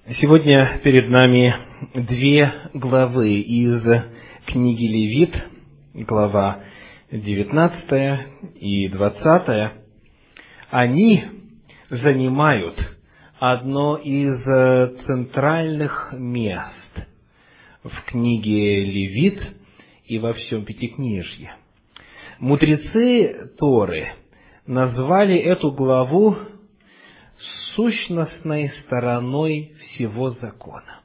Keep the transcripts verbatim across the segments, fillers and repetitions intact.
Сегодня перед нами две главы из книги Левит, глава девятнадцатая и двадцатая. Они занимают одно из центральных мест в книге Левит и во всем Пятикнижье. Мудрецы Торы назвали эту главу сущностной стороной всего закона.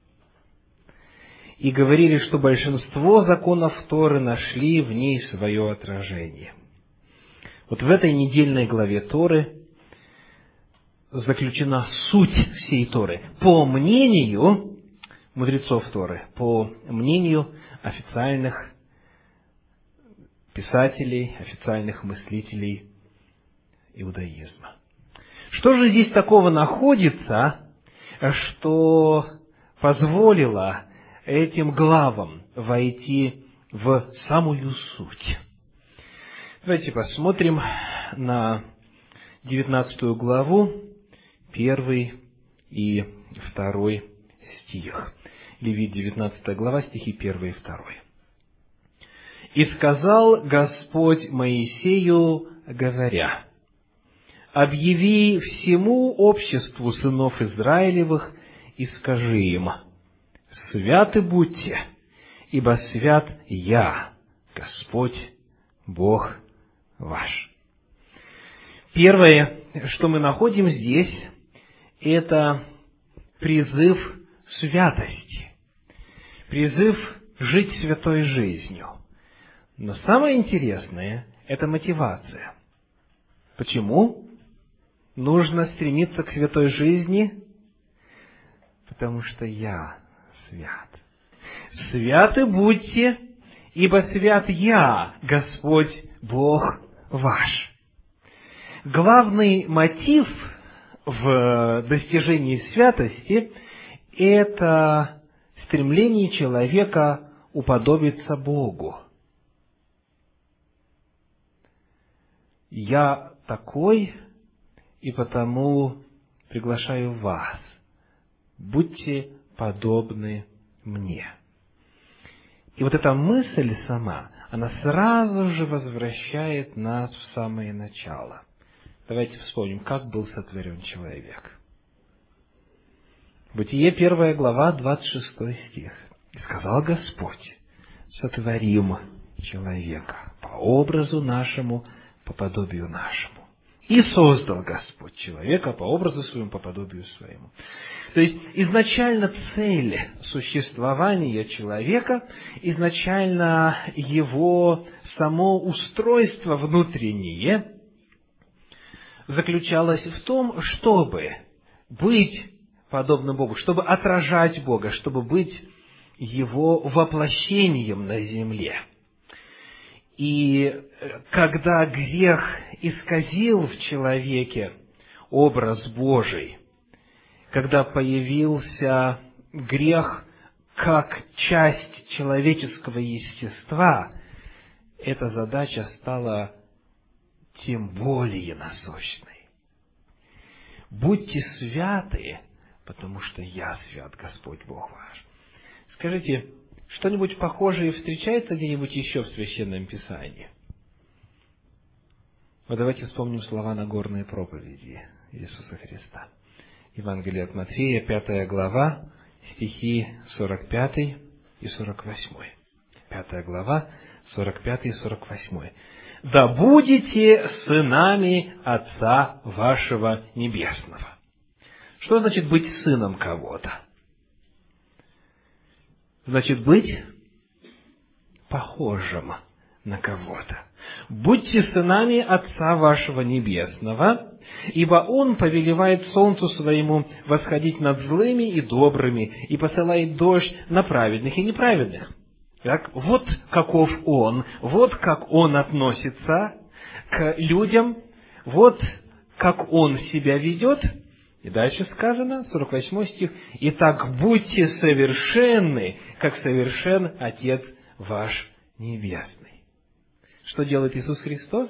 И говорили, что большинство законов Торы нашли в ней свое отражение. Вот в этой недельной главе Торы заключена суть всей Торы. По мнению мудрецов Торы, по мнению официальных писателей, официальных мыслителей иудаизма. Что же здесь такого находится, что позволило этим главам войти в самую суть? Давайте посмотрим на девятнадцатую главу, первый и второй стих. Левит, девятнадцатая глава, стихи первый и второй. «И сказал Господь Моисею, говоря: объяви всему обществу сынов Израилевых и скажи им: святы будьте, ибо свят Я, Господь, Бог ваш». Первое, что мы находим здесь, это призыв святости, призыв жить святой жизнью. Но самое интересное – это мотивация. Почему нужно стремиться к святой жизни? Потому что Я свят. Святы будьте, ибо свят Я, Господь Бог ваш. Главный мотив в достижении святости – это стремление человека уподобиться Богу. Я такой, и потому приглашаю вас. Будьте подобны мне. И вот эта мысль сама, она сразу же возвращает нас в самое начало. Давайте вспомним, как был сотворен человек. Бытие, первая глава, двадцать шестой стих. «И сказал Господь: сотворим человека по образу нашему, по подобию нашему. И создал Господь человека по образу своему, по подобию своему». То есть, изначально цель существования человека, изначально его само устройство внутреннее заключалось в том, чтобы быть подобным Богу, чтобы отражать Бога, чтобы быть Его воплощением на земле. И когда грех исказил в человеке образ Божий, когда появился грех как часть человеческого естества, эта задача стала тем более насущной. Будьте святы, потому что Я свят, Господь Бог ваш. Скажите, что-нибудь похожее встречается где-нибудь еще в Священном Писании? Вот давайте вспомним слова Нагорной проповеди Иисуса Христа. Евангелие от Матфея, пятая глава, стихи сорок пятый и сорок восьмой. Пятая глава, сорок пятый и сорок восьмой. «Да будете сынами Отца вашего Небесного». Что значит быть сыном кого-то? Значит, быть похожим на кого-то. «Будьте сынами Отца вашего Небесного, ибо Он повелевает солнцу своему восходить над злыми и добрыми, и посылает дождь на праведных и неправедных». Так, вот каков Он, вот как Он относится к людям, вот как Он себя ведет. И дальше сказано, сорок восьмой стих: «Итак, будьте совершенны, как совершен Отец ваш Небесный». Что делает Иисус Христос?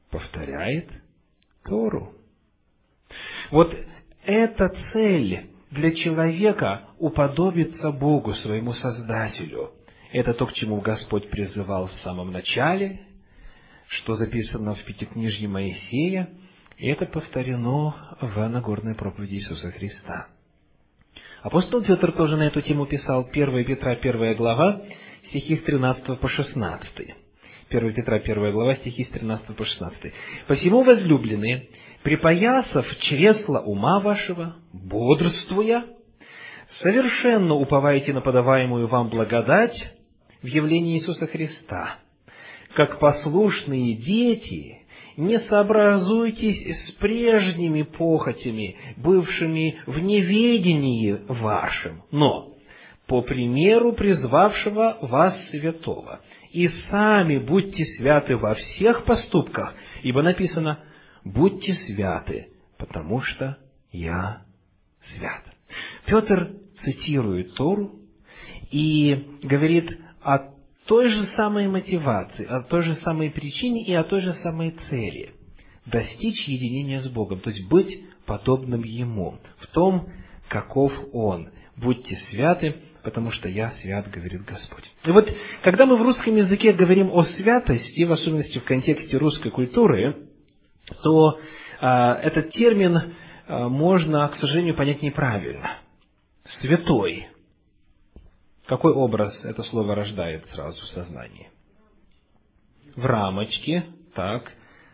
Повторяет Тору. Вот эта цель для человека уподобиться Богу, своему Создателю. Это то, к чему Господь призывал в самом начале, что записано в Пятикнижье Моисея, и это повторено в Нагорной проповеди Иисуса Христа. Апостол Петр тоже на эту тему писал, первое Петра, первая глава, стихи с тринадцатого по шестнадцатый. первое Петра, первая глава, стихи с тринадцатого по шестнадцатый. «Посему, возлюбленные, припоясав чресла ума вашего, бодрствуя, совершенно уповайте на подаваемую вам благодать в явлении Иисуса Христа. Как послушные дети, не сообразуйтесь с прежними похотями, бывшими в неведении вашем, но по примеру призвавшего вас святого, и сами будьте святы во всех поступках, ибо написано: будьте святы, потому что я свят». Петр цитирует Тору и говорит о той же самой мотивации, о той же самой причине и о той же самой цели – достичь единения с Богом, то есть быть подобным Ему в том, каков Он. «Будьте святы, потому что я свят, говорит Господь». И вот, когда мы в русском языке говорим о святости, в особенности в контексте русской культуры, то а, этот термин а, можно, к сожалению, понять неправильно. Святой. Какой образ это слово рождает сразу в сознании? В рамочке, так.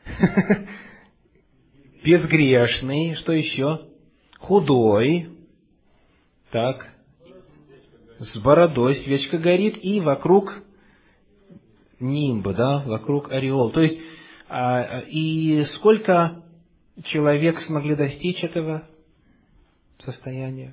Безгрешный, что еще? Худой, так. С бородой свечка горит, и вокруг нимба, да, вокруг ореол. То есть, а, и сколько человек смогли достичь этого состояния?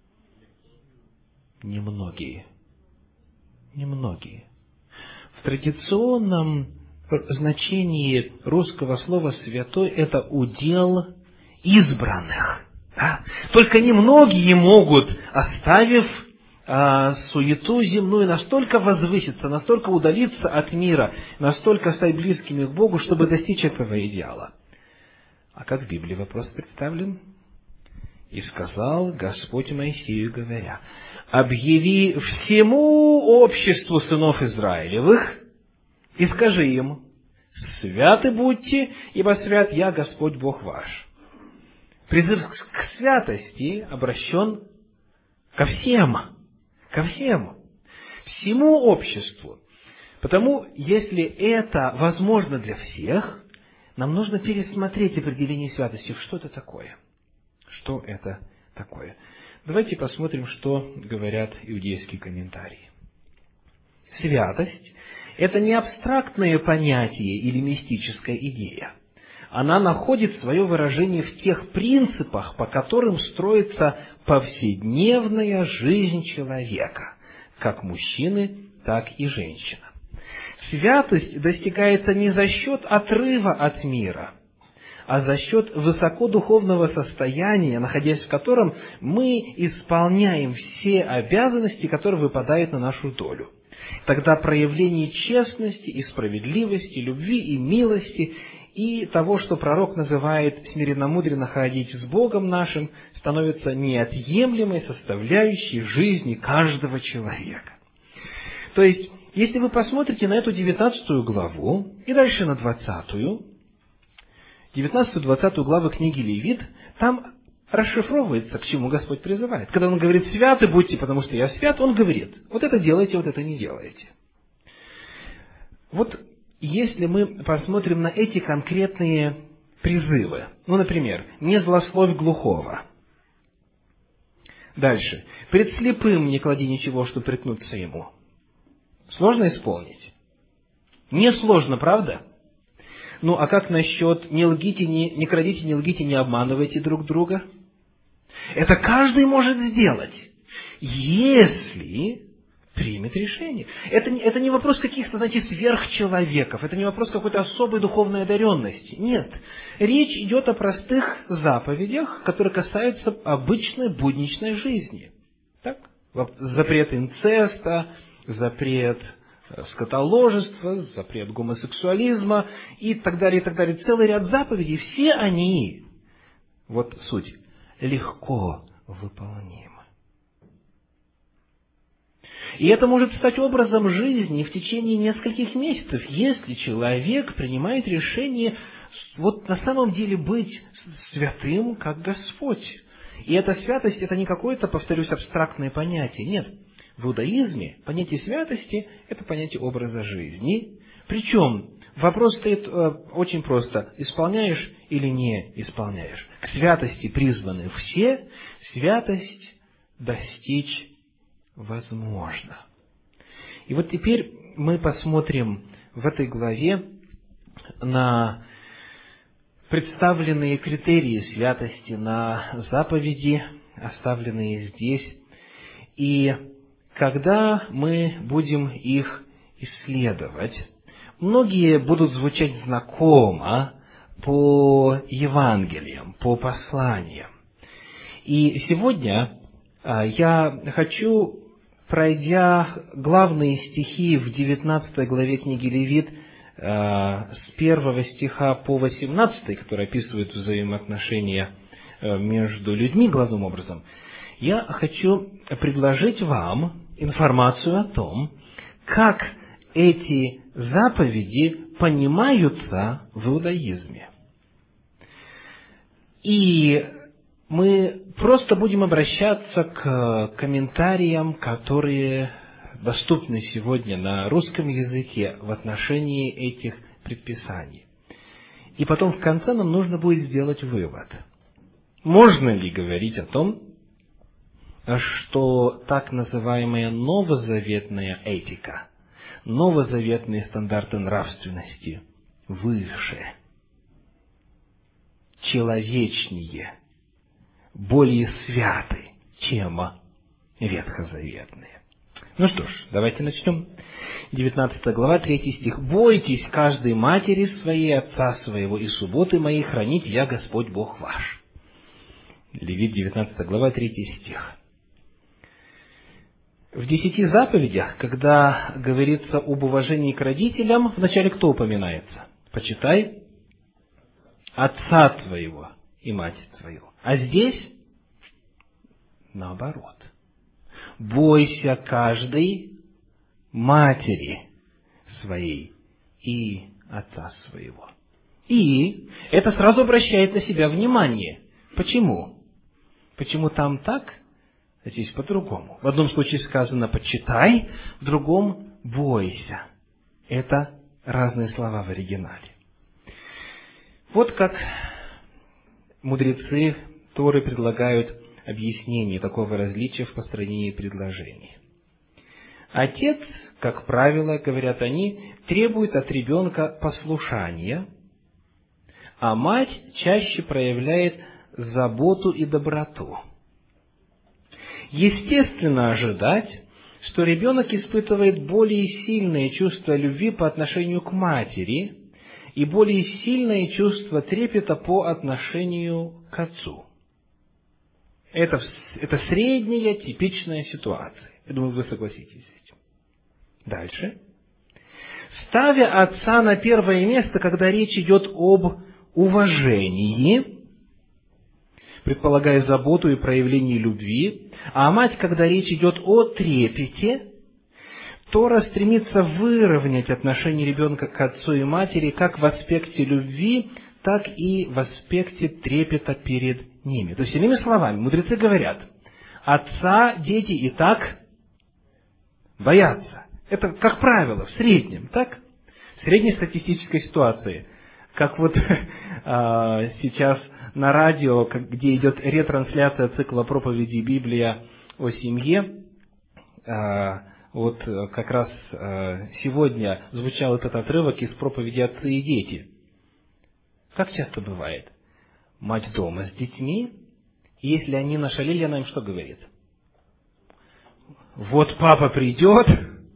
Немногие. Немногие. В традиционном значении русского слова «святой» это удел избранных. Да? Только немногие могут, оставив а, суету земную, настолько возвыситься, настолько удалиться от мира, настолько стать близкими к Богу, чтобы достичь этого идеала. А как в Библии вопрос представлен? «И сказал Господь Моисею, говоря: объяви всему обществу сынов Израилевых и скажи им: святы будьте, ибо свят я, Господь Бог ваш». Призыв к святости обращен ко всем, ко всем, всему обществу. Потому, если это возможно для всех, нам нужно пересмотреть определение святости. Что это такое? Что это такое? Давайте посмотрим, что говорят иудейские комментарии. Святость – это не абстрактное понятие или мистическая идея. Она находит свое выражение в тех принципах, по которым строится повседневная жизнь человека, как мужчины, так и женщины. Святость достигается не за счет отрыва от мира, а за счет высокодуховного состояния, находясь в котором мы исполняем все обязанности, которые выпадают на нашу долю. Тогда проявление честности и справедливости, любви и милости и того, что пророк называет смиренно-мудренно ходить с Богом нашим, становится неотъемлемой составляющей жизни каждого человека. То есть, если вы посмотрите на эту девятнадцатую главу и дальше на двадцатую, девятнадцатую-двадцатую главы книги Левит, там расшифровывается, к чему Господь призывает. Когда Он говорит: святы будьте, потому что я свят, Он говорит: вот это делайте, вот это не делайте. Вот если мы посмотрим на эти конкретные призывы, ну, например, не злословь глухого. Дальше. Пред слепым не клади ничего, что приткнуться ему. Сложно исполнить? Не сложно, правда? Ну, а как насчет не лгите, не, не крадите, не лгите, не обманывайте друг друга? Это каждый может сделать, если примет решение. Это, это не вопрос каких-то, знаете, сверхчеловеков, это не вопрос какой-то особой духовной одаренности. Нет. Речь идет о простых заповедях, которые касаются обычной будничной жизни. Так? Запрет инцеста, запрет скотоложества, запрет гомосексуализма и так далее, и так далее. Целый ряд заповедей, все они, вот суть, легко выполнимы. И это может стать образом жизни в течение нескольких месяцев, если человек принимает решение вот на самом деле быть святым, как Господь. И эта святость – это не какое-то, повторюсь, абстрактное понятие. Нет. В иудаизме понятие святости – это понятие образа жизни. Причем вопрос стоит э, очень просто. Исполняешь или не исполняешь? К святости призваны все. Святость достичь возможно. И вот теперь мы посмотрим в этой главе на представленные критерии святости, на заповеди, оставленные здесь. И когда мы будем их исследовать, многие будут звучать знакомо по Евангелиям, по посланиям. И сегодня я хочу, пройдя главные стихи в девятнадцатой главе книги Левит, с первого стиха по восемнадцатый, который описывает взаимоотношения между людьми главным образом, я хочу предложить вам информацию о том, как эти заповеди понимаются в иудаизме. И мы просто будем обращаться к комментариям, которые доступны сегодня на русском языке в отношении этих предписаний. И потом в конце нам нужно будет сделать вывод. Можно ли говорить о том, что так называемая новозаветная этика, новозаветные стандарты нравственности выше, человечнее, более святы, чем ветхозаветные? Ну что ж, давайте начнем. девятнадцатая глава, третий стих. «Бойтесь каждой матери своей, отца своего, и субботы мои хранить я, Господь Бог ваш». Левит, девятнадцатая глава, третий стих. В десяти заповедях, когда говорится об уважении к родителям, вначале кто упоминается? «Почитай отца твоего и мать твою». А здесь наоборот. «Бойся каждой матери своей и отца своего». И это сразу обращает на себя внимание. Почему? Почему там так, а здесь по-другому? В одном случае сказано «почитай», в другом «бойся». Это разные слова в оригинале. Вот как мудрецы Торы предлагают объяснение такого различия в построении предложений. Отец, как правило, говорят они, требует от ребенка послушания, а мать чаще проявляет заботу и доброту. Естественно ожидать, что ребенок испытывает более сильное чувство любви по отношению к матери и более сильное чувство трепета по отношению к отцу. Это, это средняя, типичная ситуация. Я думаю, вы согласитесь с этим. Дальше. Ставя отца на первое место, когда речь идет об уважении, предполагая заботу и проявление любви, а мать, когда речь идет о трепете, Тора стремится выровнять отношение ребенка к отцу и матери как в аспекте любви, так и в аспекте трепета перед ними. То есть, иными словами, мудрецы говорят, отца дети и так боятся. Это, как правило, в среднем, так? В среднестатистической ситуации. Как вот а, сейчас на радио, где идет ретрансляция цикла проповедей «Библия о семье», а, вот как раз а, сегодня звучал этот отрывок из проповеди «Отцы и дети». Как часто бывает? Мать дома с детьми, и если они нашалили, она им что говорит? Вот папа придет,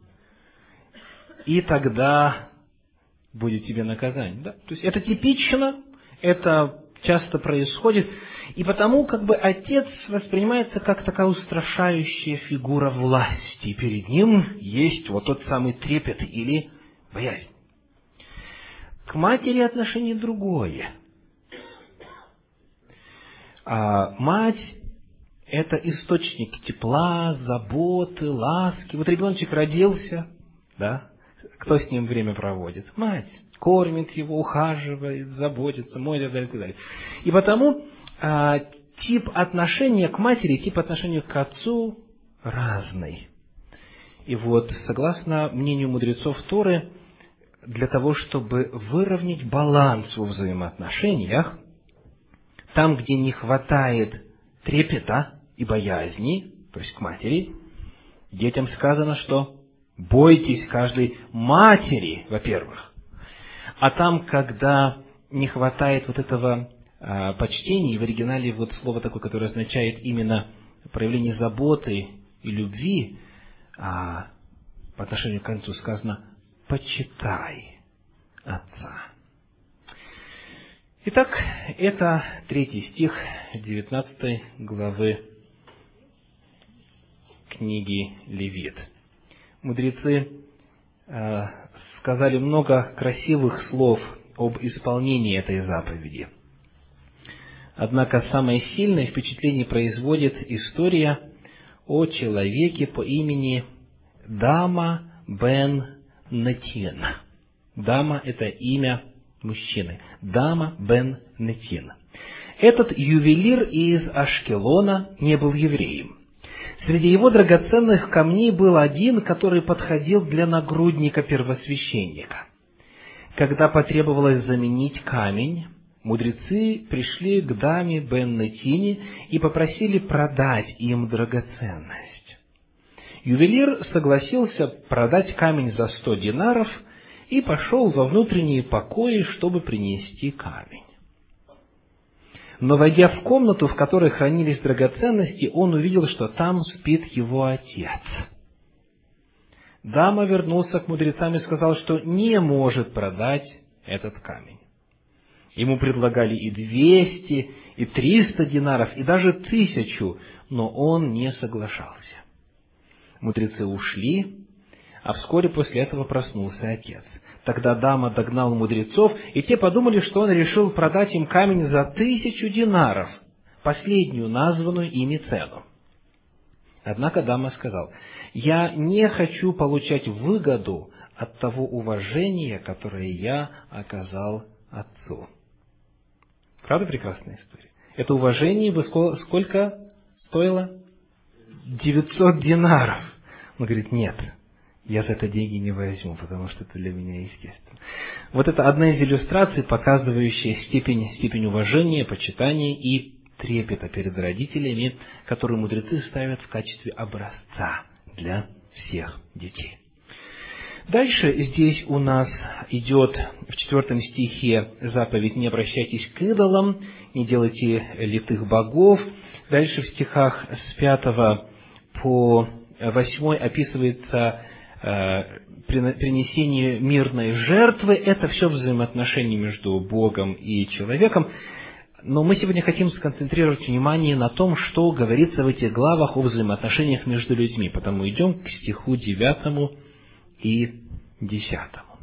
и тогда будет тебе наказание. Да? То есть это типично, это часто происходит, и потому как бы отец воспринимается как такая устрашающая фигура власти, и перед ним есть вот тот самый трепет или боязнь. К матери отношение другое. А мать – это источник тепла, заботы, ласки. Вот ребеночек родился, да? Кто с ним время проводит? Мать. Кормит его, ухаживает, заботится, моет и так далее, и так далее. И потому а, тип отношения к матери, тип отношения к отцу разный. И вот, согласно мнению мудрецов Торы, для того, чтобы выровнять баланс во взаимоотношениях, там, где не хватает трепета и боязни, то есть к матери, детям сказано, что бойтесь каждой матери, во-первых. А там, когда не хватает вот этого а, почтения, и в оригинале вот слово такое, которое означает именно проявление заботы и любви, а, по отношению к концу сказано «почитай отца». Итак, это третий стих девятнадцатой главы книги Левит. Мудрецы э, сказали много красивых слов об исполнении этой заповеди. Однако самое сильное впечатление производит история о человеке по имени Дама бен Нетин. Дама – это имя мужчины. Дама бен Нетин. Этот ювелир из Ашкелона не был евреем. Среди его драгоценных камней был один, который подходил для нагрудника первосвященника. Когда потребовалось заменить камень, мудрецы пришли к даме бен Нетине и попросили продать им драгоценность. Ювелир согласился продать камень за сто динаров и пошел во внутренние покои, чтобы принести камень. Но, войдя в комнату, в которой хранились драгоценности, он увидел, что там спит его отец. Дама вернулся к мудрецам и сказал, что не может продать этот камень. Ему предлагали и двести, и триста динаров, и даже тысячу, но он не соглашался. Мудрецы ушли, а вскоре после этого проснулся отец. Тогда дама догнал мудрецов, и те подумали, что он решил продать им камень за тысячу динаров, последнюю названную ими цену. Однако дама сказала: «Я не хочу получать выгоду от того уважения, которое я оказал отцу». Правда прекрасная история? Это уважение бы сколько стоило? девятьсот динаров. Он говорит: нет, я за это деньги не возьму, потому что это для меня естественно. Вот это одна из иллюстраций, показывающая степень, степень уважения, почитания и трепета перед родителями, которые мудрецы ставят в качестве образца для всех детей. Дальше здесь у нас идет в четвертом стихе заповедь: «Не обращайтесь к идолам, не делайте литых богов». Дальше в стихах с пятого по восьмой описывается принесение мирной жертвы. Это все взаимоотношения между Богом и человеком. Но мы сегодня хотим сконцентрировать внимание на том, что говорится в этих главах о взаимоотношениях между людьми. Потому идем к стиху девятому и десятому.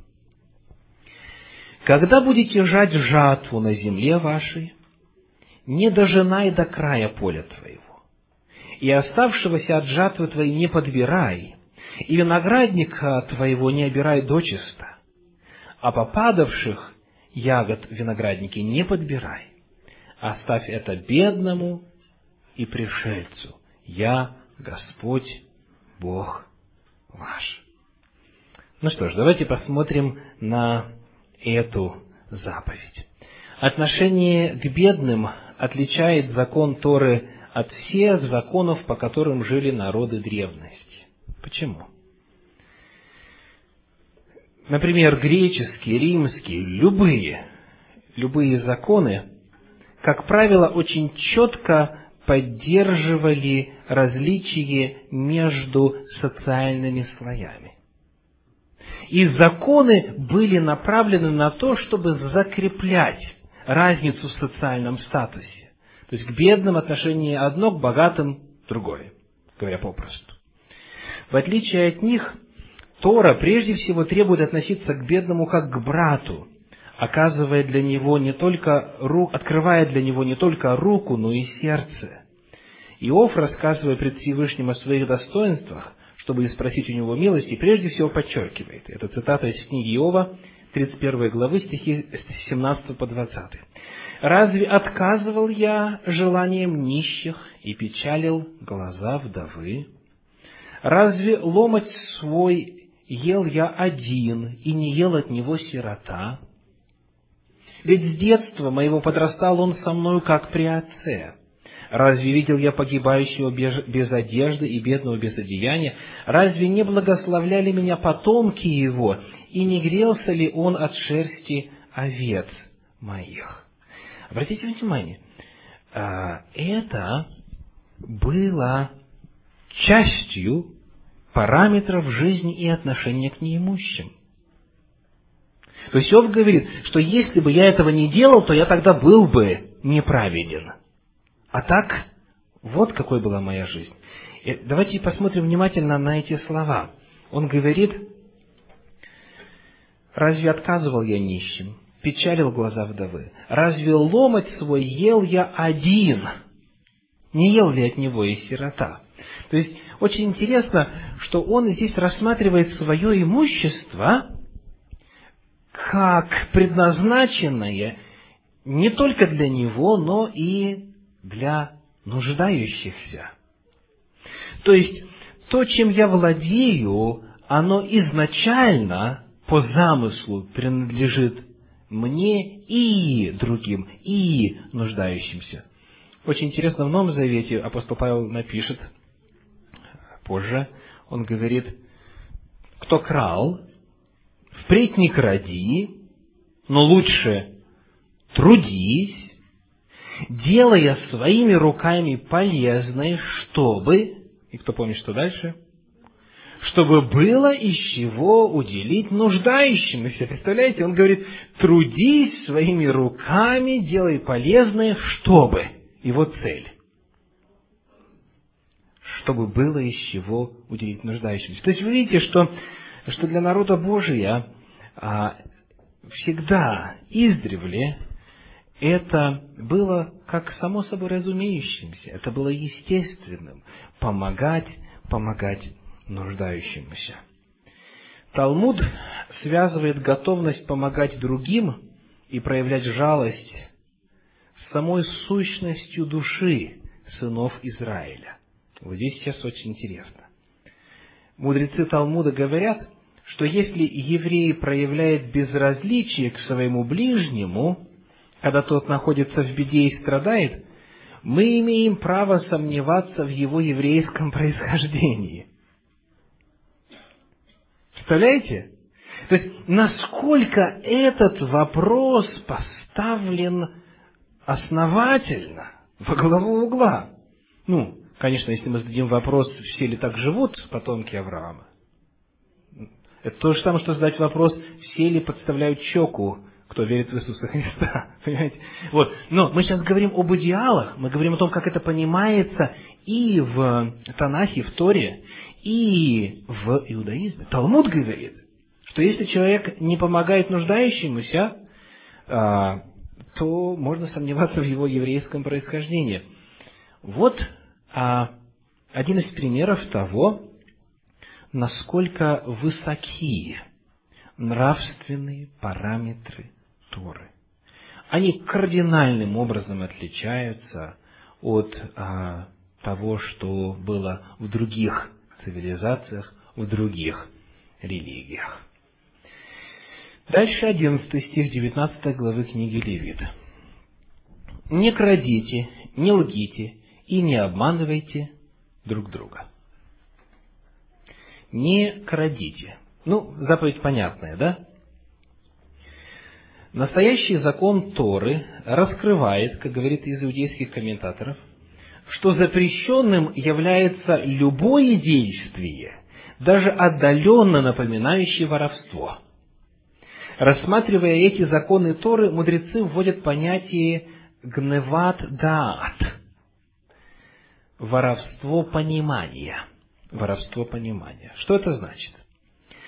«Когда будете жать жатву на земле вашей, не дожинай до края поля твоего, и оставшегося от жатвы твоей не подбирай, и виноградника твоего не обирай дочисто, а попадавших ягод в винограднике не подбирай. Оставь это бедному и пришельцу. Я Господь Бог ваш». Ну что ж, давайте посмотрим на эту заповедь. Отношение к бедным отличает закон Торы от всех законов, по которым жили народы древности. Почему? Например, греческие, римские, любые, любые законы, как правило, очень четко поддерживали различие между социальными слоями. И законы были направлены на то, чтобы закреплять разницу в социальном статусе. То есть к бедным отношение одно, к богатым другое, говоря попросту. В отличие от них, Тора прежде всего требует относиться к бедному как к брату, оказывая для него не только, открывая для него не только руку, но и сердце. Иов, рассказывая пред Всевышним о своих достоинствах, чтобы спросить у него милости, прежде всего подчеркивает. Это цитата из книги Иова, тридцать первой главы, стихи с семнадцатого по двадцатый. «Разве отказывал я желаниям нищих и печалил глаза вдовы? Разве ломоть свой ел я один, и не ел от него сирота? Ведь с детства моего подрастал он со мною, как при отце. Разве видел я погибающего без одежды и бедного без одеяния? Разве не благословляли меня потомки его, и не грелся ли он от шерсти овец моих?» Обратите внимание, это было частью параметров жизни и отношения к неимущим. То есть Иов говорит, что если бы я этого не делал, то я тогда был бы неправеден. А так, вот какой была моя жизнь. И давайте посмотрим внимательно на эти слова. Он говорит: «Разве отказывал я нищим, печалил глаза вдовы? Разве ломоть свой ел я один? Не ел ли от него и сирота?» То есть, очень интересно, что он здесь рассматривает свое имущество как предназначенное не только для него, но и для нуждающихся. То есть, то, чем я владею, оно изначально, по замыслу, принадлежит мне и другим, и нуждающимся. Очень интересно, в Новом Завете апостол Павел напишет позже, он говорит: «Кто крал, впредь не кради, но лучше трудись, делая своими руками полезное, чтобы...» И кто помнит, что дальше? «Чтобы было из чего уделить нуждающимся». Представляете? Он говорит: трудись своими руками, делай полезное, чтобы. Его цель. Чтобы было из чего уделить нуждающимся. То есть вы видите, что, что для народа Божия а, всегда, издревле, это было как само собой разумеющимся. Это было естественным. Помогать, помогать нуждающимся. Талмуд связывает готовность помогать другим и проявлять жалость с самой сущностью души сынов Израиля. Вот здесь сейчас очень интересно. Мудрецы Талмуда говорят, что если еврей проявляет безразличие к своему ближнему, когда тот находится в беде и страдает, мы имеем право сомневаться в его еврейском происхождении. Представляете? То есть, насколько этот вопрос поставлен основательно, во главу угла. Ну, конечно, если мы зададим вопрос, все ли так живут потомки Авраама, это то же самое, что задать вопрос, все ли подставляют щеку, кто верит в Иисуса Христа. Понимаете? Вот. Но мы сейчас говорим об идеалах, мы говорим о том, как это понимается и в Танахе, в Торе, и в иудаизме. Талмуд говорит, что если человек не помогает нуждающемуся, то можно сомневаться в его еврейском происхождении. Вот один из примеров того, насколько высоки нравственные параметры Торы. Они кардинальным образом отличаются от а, того, что было в других цивилизациях, в других религиях. Дальше одиннадцатый стих девятнадцатой главы книги Левит. «Не крадите, не лгите и не обманывайте друг друга». Не крадите. Ну, заповедь понятная, да? Настоящий закон Торы раскрывает, как говорит из иудейских комментаторов, что запрещенным является любое действие, даже отдаленно напоминающее воровство. Рассматривая эти законы Торы, мудрецы вводят понятие «гневат даат» – воровство понимания. Воровство понимания. Что это значит?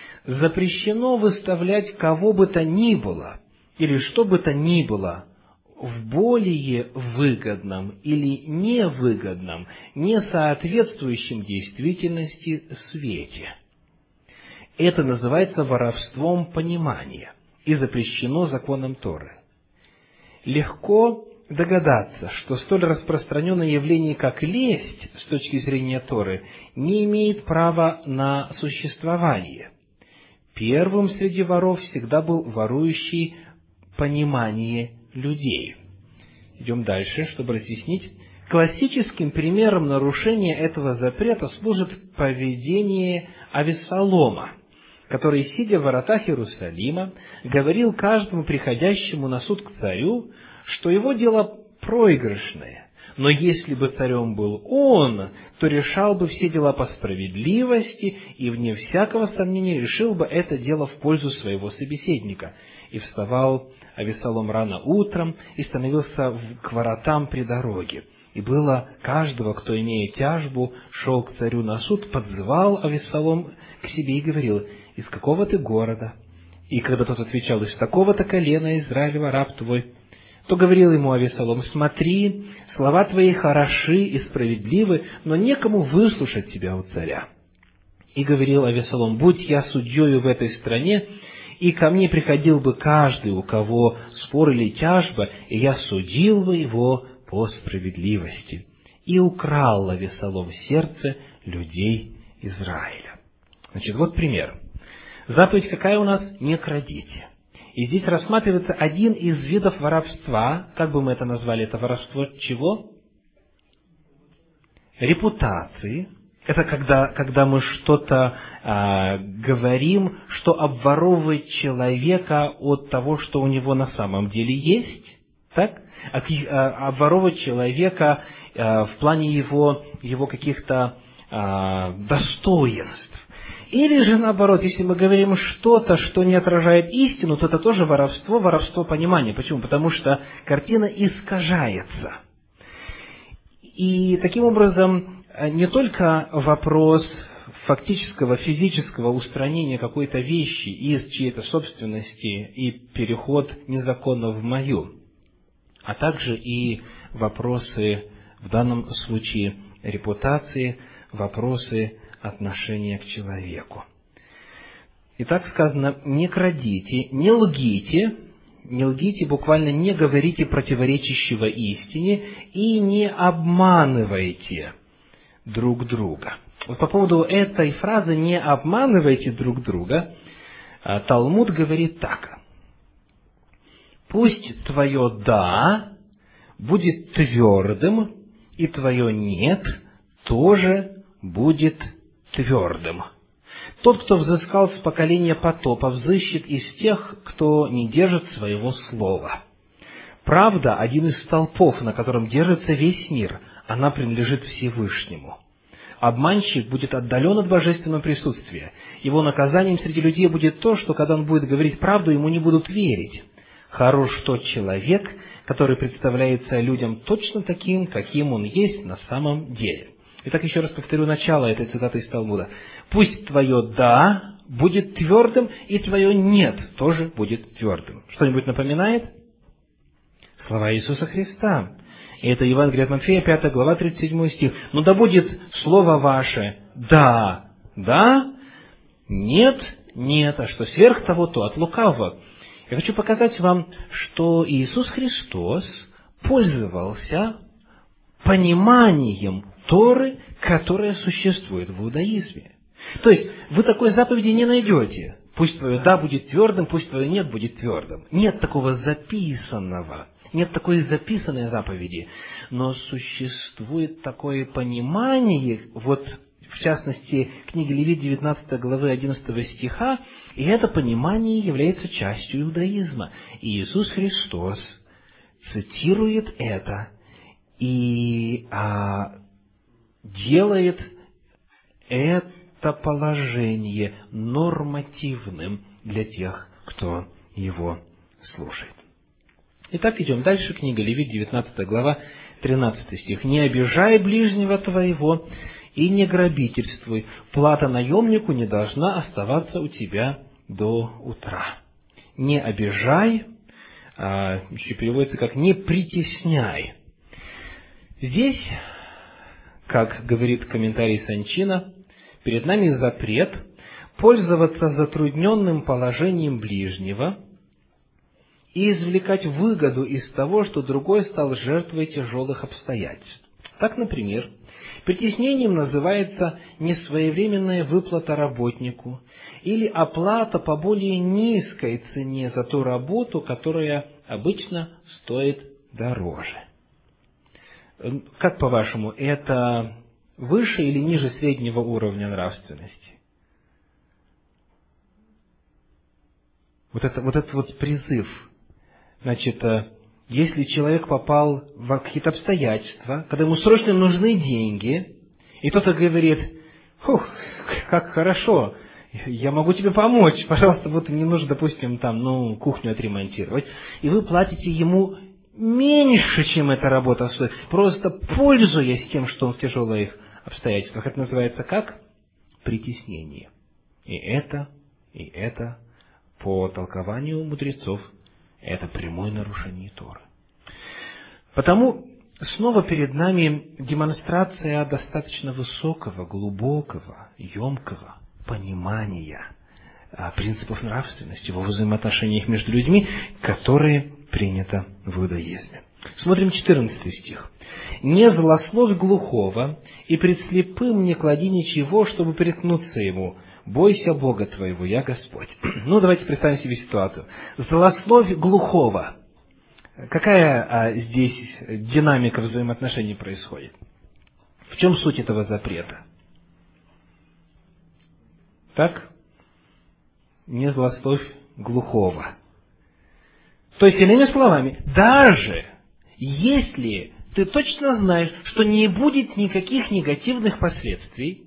Запрещено выставлять кого бы то ни было, или что бы то ни было в более выгодном или невыгодном, не соответствующем действительности свете. Это называется воровством понимания и запрещено законом Торы. Легко догадаться, что столь распространенное явление, как лесть, с точки зрения Торы, не имеет права на существование. Первым среди воров всегда был ворующий понимание людей. Идем дальше, чтобы разъяснить. Классическим примером нарушения этого запрета служит поведение Авессалома, который, сидя в воротах Иерусалима, говорил каждому приходящему на суд к царю, что его дело проигрышное, но если бы царем был он, то решал бы все дела по справедливости и, вне всякого сомнения, решил бы это дело в пользу своего собеседника. И вставал Авессалом рано утром и становился к воротам при дороге. И было каждого, кто, имея тяжбу, шел к царю на суд, подзывал Авессалом к себе и говорил: «Из какого ты города?» И когда тот отвечал: «Из такого-то колена Израилева, раб твой», то говорил ему Авессалом: «Смотри, слова твои хороши и справедливы, но некому выслушать тебя у царя». И говорил Авессалом: «Будь я судьею в этой стране, и ко мне приходил бы каждый, у кого спор или тяжба, и я судил бы его по справедливости». И украл Авессалом сердце людей Израиля. Значит, вот пример. Заповедь какая у нас? Не крадите. И здесь рассматривается один из видов воровства. Как бы мы это назвали? Это воровство чего? Репутации. Это когда, когда мы что-то а, говорим, что обворовывает человека от того, что у него на самом деле есть. Так? А, а, обворовывать человека а, в плане его, его каких-то а, достоинств. Или же наоборот, если мы говорим что-то, что не отражает истину, то это тоже воровство, воровство понимания. Почему? Потому что картина искажается. И таким образом не только вопрос фактического, физического устранения какой-то вещи из чьей-то собственности и переход незаконно в мою, а также и вопросы, в данном случае, репутации, вопросы отношения к человеку. Итак, сказано: не крадите, не лгите, не лгите, буквально не говорите противоречащего истине и не обманывайте друг друга. Вот по поводу этой фразы «не обманывайте друг друга» Талмуд говорит так: «Пусть твое «да» будет твердым, и твое «нет» тоже будет твердым. Тот, кто взыскал с поколения потопа, взыщет из тех, кто не держит своего слова. Правда — один из столпов, на котором держится весь мир, она принадлежит Всевышнему. Обманщик будет отдален от божественного присутствия. Его наказанием среди людей будет то, что, когда он будет говорить правду, ему не будут верить. Хорош тот человек, который представляется людям точно таким, каким он есть на самом деле». Итак, еще раз повторю начало этой цитаты из Талмуда. «Пусть твое «да» будет твердым, и твое «нет» тоже будет твердым». Что-нибудь напоминает? Слова Иисуса Христа. И это Евангелие от Матфея, пятая глава, тридцать седьмой стих. «Но да будет слово ваше «да», да, «нет», нет, а что сверх того, то от лукавого». Я хочу показать вам, что Иисус Христос пользовался пониманием Торы, которая существует в иудаизме. То есть, вы такой заповеди не найдете. Пусть твое «да» будет твердым, пусть твое «нет» будет твердым. Нет такого записанного. Нет такой записанной заповеди. Но существует такое понимание, вот в частности, книги Левит девятнадцатой главы одиннадцатого стиха, и это понимание является частью иудаизма. И Иисус Христос цитирует это и а, делает это положение нормативным для тех, кто его слушает. Итак, идем дальше. Книга Левит, девятнадцатая глава, тринадцатый стих. «Не обижай ближнего твоего и не грабительствуй. Плата наемнику не должна оставаться у тебя до утра». Не обижай, еще переводится как «не притесняй». Здесь, как говорит комментарий Санчина, перед нами запрет пользоваться затрудненным положением ближнего и извлекать выгоду из того, что другой стал жертвой тяжелых обстоятельств. Так, например, притеснением называется несвоевременная выплата работнику или оплата по более низкой цене за ту работу, которая обычно стоит дороже. Как, по-вашему, это выше или ниже среднего уровня нравственности? Вот, это, вот этот вот призыв. Значит, если человек попал в какие-то обстоятельства, когда ему срочно нужны деньги, и кто-то говорит: «Фух, как хорошо, я могу тебе помочь, пожалуйста, вот мне нужно, допустим, там, ну, кухню отремонтировать», и вы платите ему меньше, чем эта работа стоит, просто пользуясь тем, что он в тяжелых обстоятельствах. Это называется как? Притеснение. И это, и это, по толкованию мудрецов, это прямое нарушение Торы. Потому снова перед нами демонстрация достаточно высокого, глубокого, емкого понимания принципов нравственности во взаимоотношениях между людьми, которые принято в иудаизме. Смотрим четырнадцатый стих. «Не злословь глухого, и пред слепым не клади ничего, чтобы приткнуться ему. Бойся Бога твоего, я Господь». Ну, давайте представим себе ситуацию. Злословь глухого. Какая а, здесь динамика взаимоотношений происходит? В чем суть этого запрета? Так? Не злословь глухого. То есть, иными словами, даже если ты точно знаешь, что не будет никаких негативных последствий,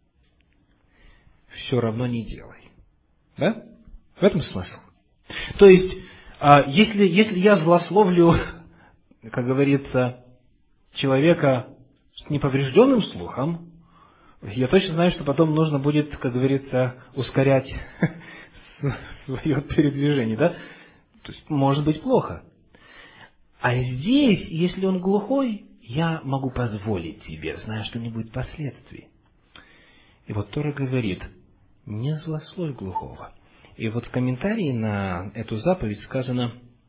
все равно не делай. Да? В этом смысл. То есть, если, если я злословлю, как говорится, человека с неповрежденным слухом, я точно знаю, что потом нужно будет, как говорится, ускорять свое передвижение, да? То есть, может быть плохо. А здесь, если он глухой, я могу позволить себе, зная, что не будет последствий. И вот Тора говорит: не злословь глухого. И вот в комментарии на эту заповедь сказано: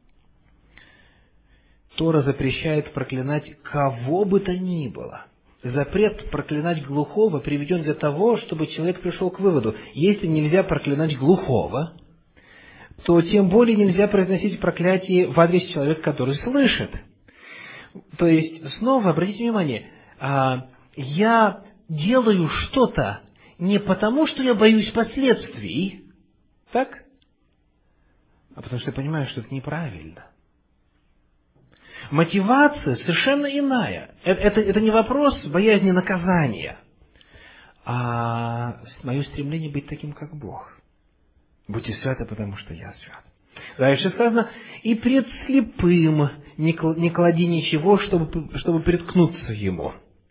Тора запрещает проклинать кого бы то ни было. Запрет проклинать глухого приведен для того, чтобы человек пришел к выводу: если нельзя проклинать глухого, то тем более нельзя произносить проклятие в адрес человека, который слышит. То есть, снова обратите внимание, я делаю что-то не потому, что я боюсь последствий, так? А потому что я понимаю, что это неправильно. Мотивация совершенно иная. Это, это, это не вопрос боязни наказания, а мое стремление быть таким, как Бог. Будьте святы, потому что я свят. Дальше сказано: и пред слепым не клади ничего, чтобы, чтобы приткнуться ему.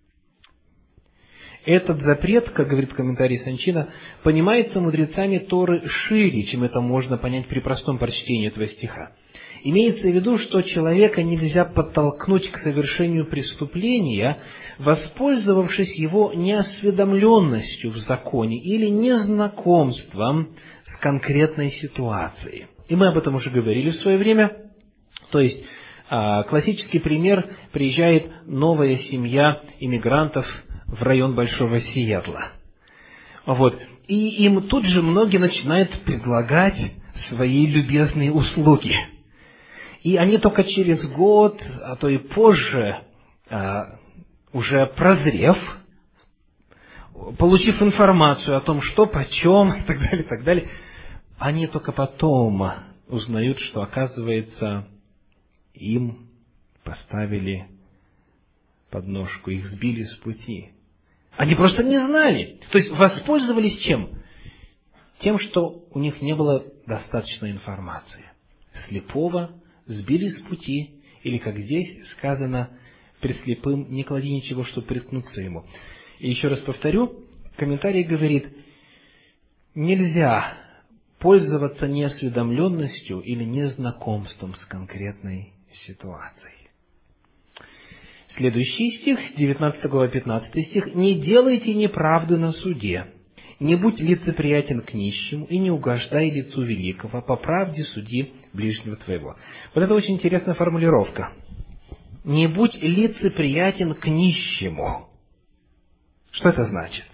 Этот запрет, как говорит комментарий Санчина, понимается мудрецами Торы шире, чем это можно понять при простом прочтении этого стиха. Имеется в виду, что человека нельзя подтолкнуть к совершению преступления, воспользовавшись его неосведомленностью в законе или незнакомством с конкретной ситуацией. И мы об этом уже говорили в свое время. То есть, классический пример: приезжает новая семья иммигрантов в район Большого Сиэтла. Вот. И им тут же многие начинают предлагать свои любезные услуги. И они только через год, а то и позже, уже прозрев, получив информацию о том, что почем, и так далее, и так далее, они только потом узнают, что, оказывается, им поставили подножку, их сбили с пути. Они просто не знали. То есть, воспользовались чем? Тем, что у них не было достаточной информации. Слепого сбили с пути, или, как здесь сказано, пред слепым не клади ничего, чтобы приткнуться ему. И еще раз повторю, комментарий говорит: нельзя пользоваться неосведомленностью или незнакомством с конкретной ситуацией. Следующий стих, девятнадцатая глава, пятнадцатый стих. «Не делайте неправды на суде, не будь лицеприятен к нищему, и не угождай лицу великого, по правде суди ближнего твоего». Вот это очень интересная формулировка. «Не будь лицеприятен к нищему». Что это значит?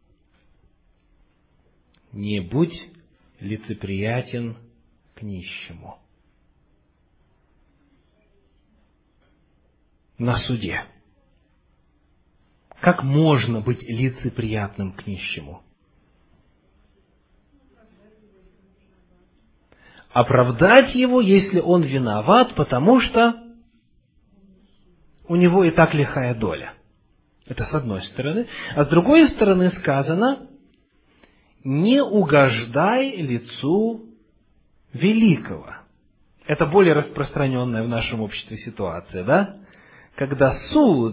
Не будь лицеприятен к нищему. На суде. Как можно быть лицеприятным к нищему? Оправдать его, если он виноват, потому что у него и так лихая доля. Это с одной стороны. А с другой стороны сказано, не угождай лицу великого. Это более распространенная в нашем обществе ситуация, да? Когда суд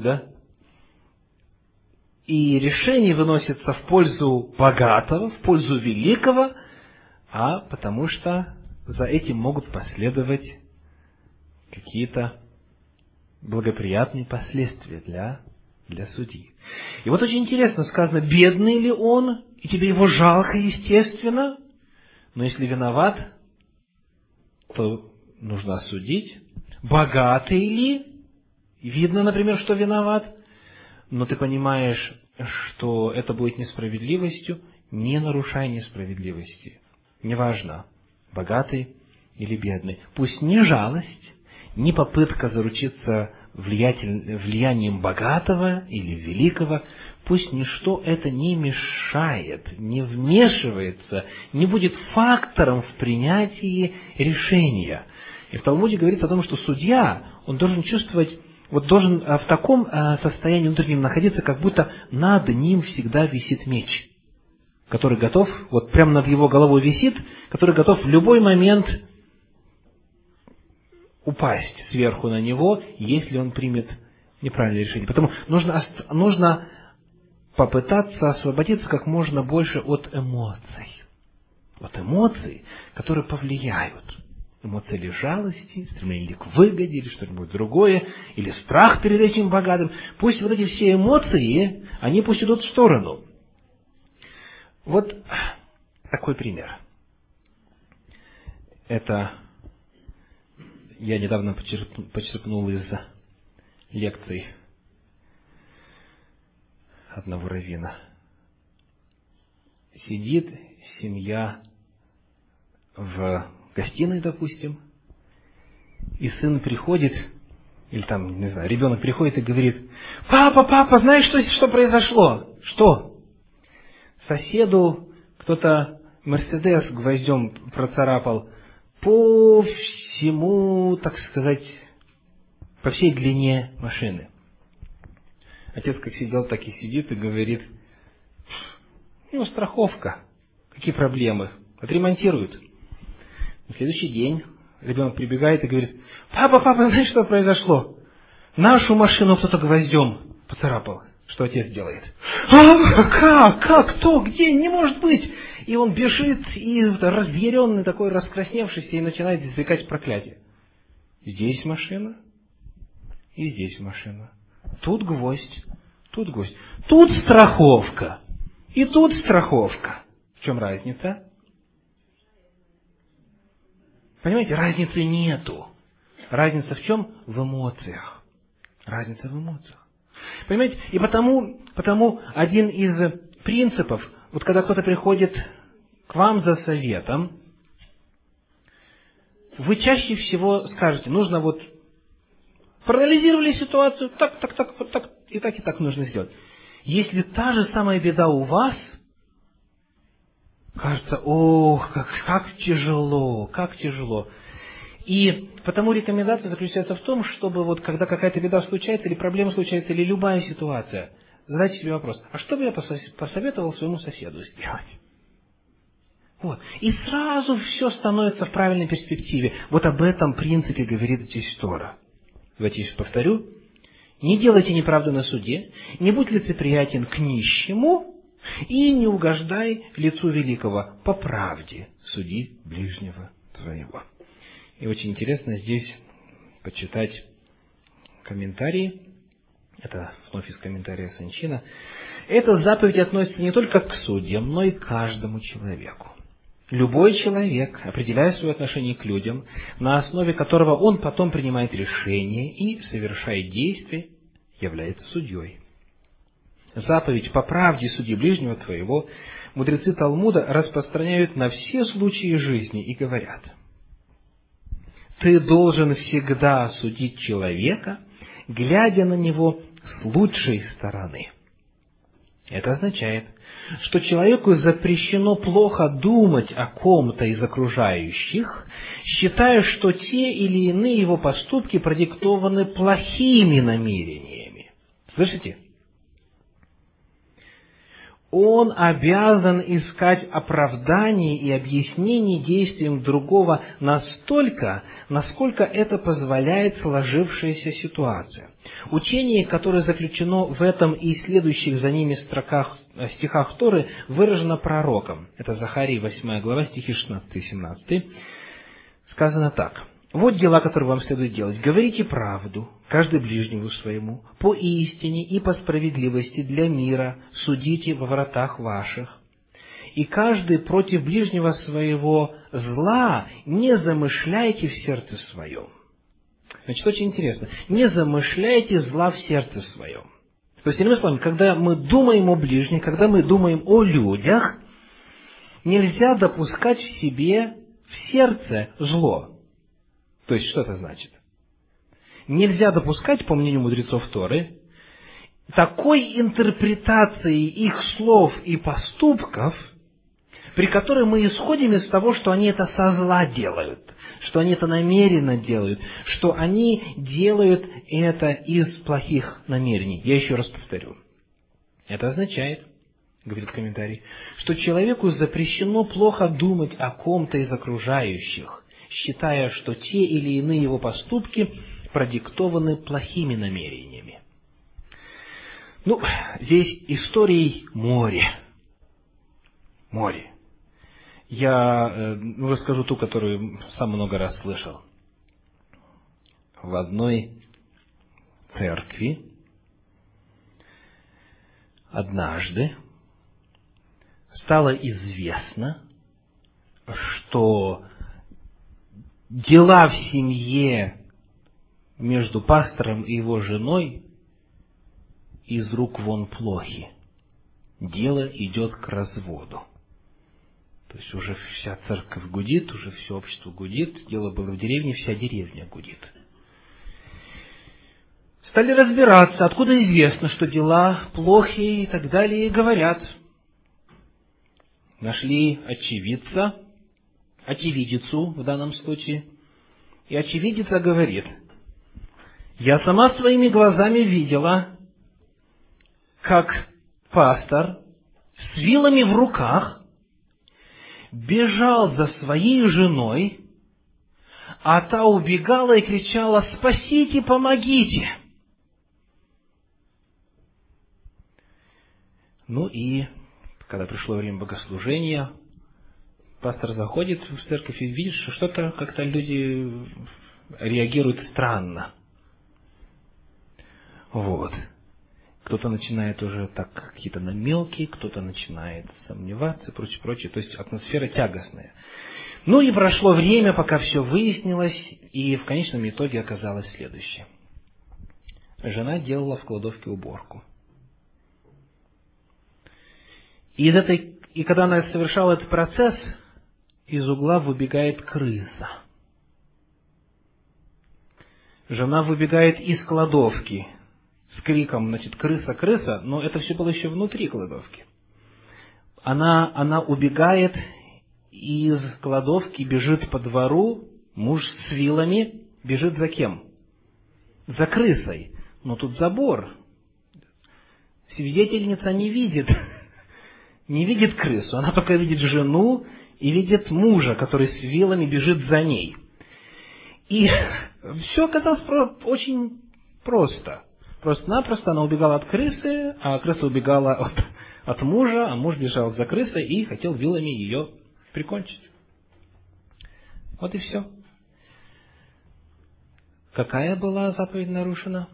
и решение выносится в пользу богатого, в пользу великого, а потому что за этим могут последовать какие-то благоприятные последствия для, для судьи. И вот очень интересно сказано, бедный ли он, и тебе его жалко, естественно, но если виноват, то нужно осудить. Богатый ли, видно, например, что виноват, но ты понимаешь, что это будет несправедливостью, не нарушай несправедливости. Неважно, богатый или бедный. Пусть ни жалость, ни попытка заручиться влиянием богатого или великого, пусть ничто это не мешает, не вмешивается, не будет фактором в принятии решения. И в Талмуде говорится о том, что судья, он должен чувствовать, вот должен в таком состоянии внутреннем находиться, как будто над ним всегда висит меч, который готов, вот прямо над его головой висит, который готов в любой момент упасть сверху на него, если он примет неправильное решение. Поэтому нужно, нужно попытаться освободиться как можно больше от эмоций. От эмоций, которые повлияют. Эмоции или жалости, стремление к выгоде, или что-нибудь другое, или страх перед этим богатым. Пусть вот эти все эмоции, они пусть идут в сторону. Вот такой пример. Это я недавно почерпнул из лекций одного раввина. Сидит семья в гостиной, допустим, и сын приходит, или там, не знаю, ребенок приходит и говорит: «Папа, папа, знаешь, что, что произошло?» «Что?» «Соседу кто-то Мерседес гвоздем процарапал по всему, так сказать, по всей длине машины». Отец как сидел, так и сидит и говорит: «Ну, страховка, какие проблемы, отремонтируют». На следующий день ребенок прибегает и говорит: «Папа, папа, знаешь, что произошло? Нашу машину кто-то гвоздем поцарапал». Что отец делает? «А, как? Как? Кто? Где? Не может быть!» И он бежит, и разъяренный такой, раскрасневшийся, и начинает извлекать проклятие. Здесь машина, и здесь машина. Тут гвоздь, тут гвоздь. Тут страховка, и тут страховка. В чем разница? Понимаете, разницы нету. Разница в чем? В эмоциях. Разница в эмоциях. Понимаете? И потому, потому один из принципов, вот когда кто-то приходит к вам за советом, вы чаще всего скажете, нужно вот, проанализировали ситуацию, так, так, так, вот так, и так, и так нужно сделать. Если та же самая беда у вас, кажется, ох, как, как тяжело, как тяжело. И потому рекомендация заключается в том, чтобы вот когда какая-то беда случается, или проблема случается, или любая ситуация, задайте себе вопрос: а что бы я посоветовал своему соседу сделать? Вот. И сразу все становится в правильной перспективе. Вот об этом принципе говорит здесь Тора. Давайте еще повторю. Не делайте неправду на суде, не будь лицеприятен к нищему, И не угождай лицу великого, по правде суди ближнего твоего. И очень интересно здесь почитать комментарии. Это вновь из комментария Санчина. Эта заповедь относится не только к судьям, но и к каждому человеку. Любой человек, определяя свое отношение к людям, на основе которого он потом принимает решения и совершает действия, является судьей. Заповедь «по правде суди ближнего твоего» мудрецы Талмуда распространяют на все случаи жизни и говорят: ты должен всегда судить человека, глядя на него с лучшей стороны. Это означает, что человеку запрещено плохо думать о ком-то из окружающих, считая, что те или иные его поступки продиктованы плохими намерениями. Слышите? Он обязан искать оправданий и объяснений действиям другого настолько, насколько это позволяет сложившаяся ситуация. Учение, которое заключено в этом и следующих за ними строках, стихах Торы, выражено пророком. Это Захарии, восьмая глава, стихи шестнадцатый и семнадцатый. Сказано так. Вот дела, которые вам следует делать. Говорите правду, каждый ближнему своему, по истине и по справедливости для мира, судите во вратах ваших. И каждый против ближнего своего зла не замышляйте в сердце своем. Значит, очень интересно. Не замышляйте зла в сердце своем. То есть, иными словами, когда мы думаем о ближних, когда мы думаем о людях, нельзя допускать в себе, в сердце зло. То есть, что это значит? Нельзя допускать, по мнению мудрецов Торы, такой интерпретации их слов и поступков, при которой мы исходим из того, что они это со зла делают, что они это намеренно делают, что они делают это из плохих намерений. Я еще раз повторю. Это означает, говорит комментарий, что человеку запрещено плохо думать о ком-то из окружающих, считая, что те или иные его поступки продиктованы плохими намерениями. Ну, здесь историй море. Море. Я э, расскажу ту, которую сам много раз слышал. В одной церкви однажды стало известно, что дела в семье между пастором и его женой из рук вон плохи. Дело идет к разводу. То есть уже вся церковь гудит, уже все общество гудит. Дело было в деревне, вся деревня гудит. Стали разбираться, откуда известно, что дела плохи и так далее, и говорят. Нашли очевидца, очевидицу в данном случае, и очевидица говорит: я сама своими глазами видела, как пастор с вилами в руках бежал за своей женой, а та убегала и кричала: спасите, помогите. Ну и, когда пришло время богослужения, пастор заходит в церковь и видит, что что-то как-то люди реагируют странно. Вот. Кто-то начинает уже так какие-то намеки, кто-то начинает сомневаться и прочее, прочее. То есть атмосфера тягостная. Ну и прошло время, пока все выяснилось, и в конечном итоге оказалось следующее. Жена делала в кладовке уборку. И, из этой, и когда она совершала этот процесс, из угла выбегает крыса. Жена выбегает из кладовки с криком, значит, крыса, крыса, но это все было еще внутри кладовки. Она, она убегает из кладовки, бежит по двору, муж с вилами бежит за кем? За крысой. Но тут забор. Свидетельница не видит, не видит крысу, она только видит жену и видит мужа, который с вилами бежит за ней. И все оказалось очень просто. Просто-напросто она убегала от крысы, а крыса убегала от, от мужа, а муж бежал за крысой и хотел вилами ее прикончить. Вот и все. Какая была заповедь нарушена?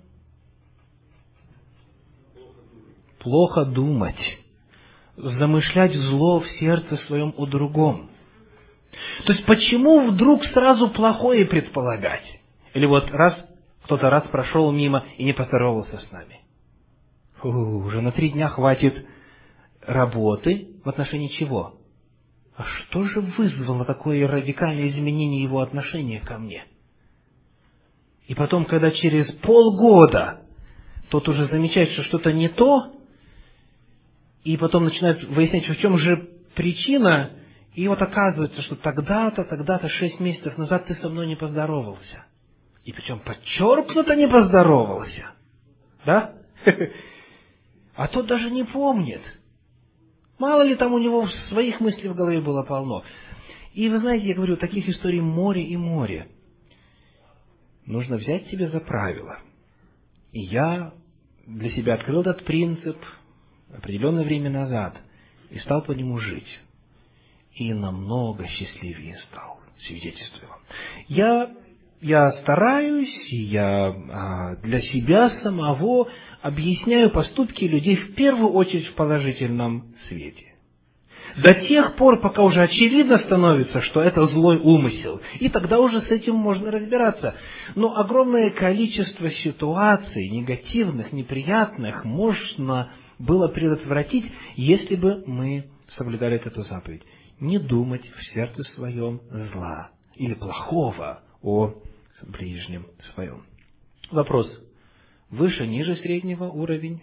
Плохо думать. Замышлять зло в сердце своем о другом. То есть, почему вдруг сразу плохое предполагать? Или вот раз, кто-то раз прошел мимо и не поздоровался с нами. Фу, уже на три дня хватит работы в отношении чего? А что же вызвало такое радикальное изменение его отношения ко мне? И потом, когда через полгода тот уже замечает, что что-то не то, и потом начинает выяснять, в чем же причина, и вот оказывается, что тогда-то, тогда-то, шесть месяцев назад ты со мной не поздоровался. И причем подчеркнуто не поздоровался. Да? А тот даже не помнит. Мало ли там у него своих мыслей в голове было полно. И вы знаете, я говорю, таких историй море и море. Нужно взять себе за правило. И я для себя открыл этот принцип определенное время назад и стал по нему жить. И намного счастливее стал, свидетельствую вам. Я, я стараюсь, и я а, для себя самого объясняю поступки людей в первую очередь в положительном свете. До тех пор, пока уже очевидно становится, что это злой умысел. И тогда уже с этим можно разбираться. Но огромное количество ситуаций негативных, неприятных можно было предотвратить, если бы мы соблюдали эту заповедь. Не думать в сердце своем зла или плохого о ближнем своем. Вопрос. Выше, ниже среднего уровень?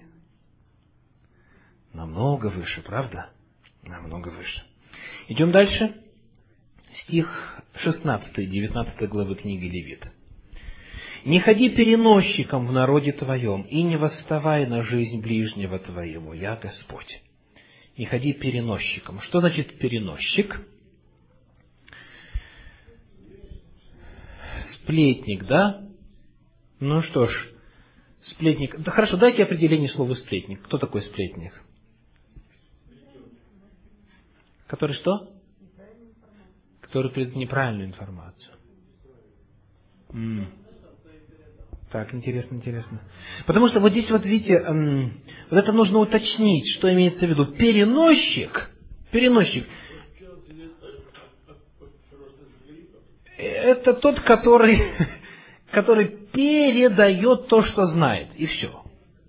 Намного выше, правда? Намного выше. Идем дальше. Стих шестнадцатый, девятнадцатой главы книги Левит. «Не ходи переносчиком в народе твоем, и не восставай на жизнь ближнего твоего, я Господь». Не ходи переносчиком. Что значит переносчик? Сплетник, да? Ну что ж, сплетник. Да хорошо, дайте определение слова сплетник. Кто такой сплетник? Который что? Который придает неправильную информацию. М-м. Так, интересно, интересно. Потому что вот здесь вот, видите, эм, вот это нужно уточнить, что имеется в виду. Переносчик, переносчик, это тот, который, который передает то, что знает, и все.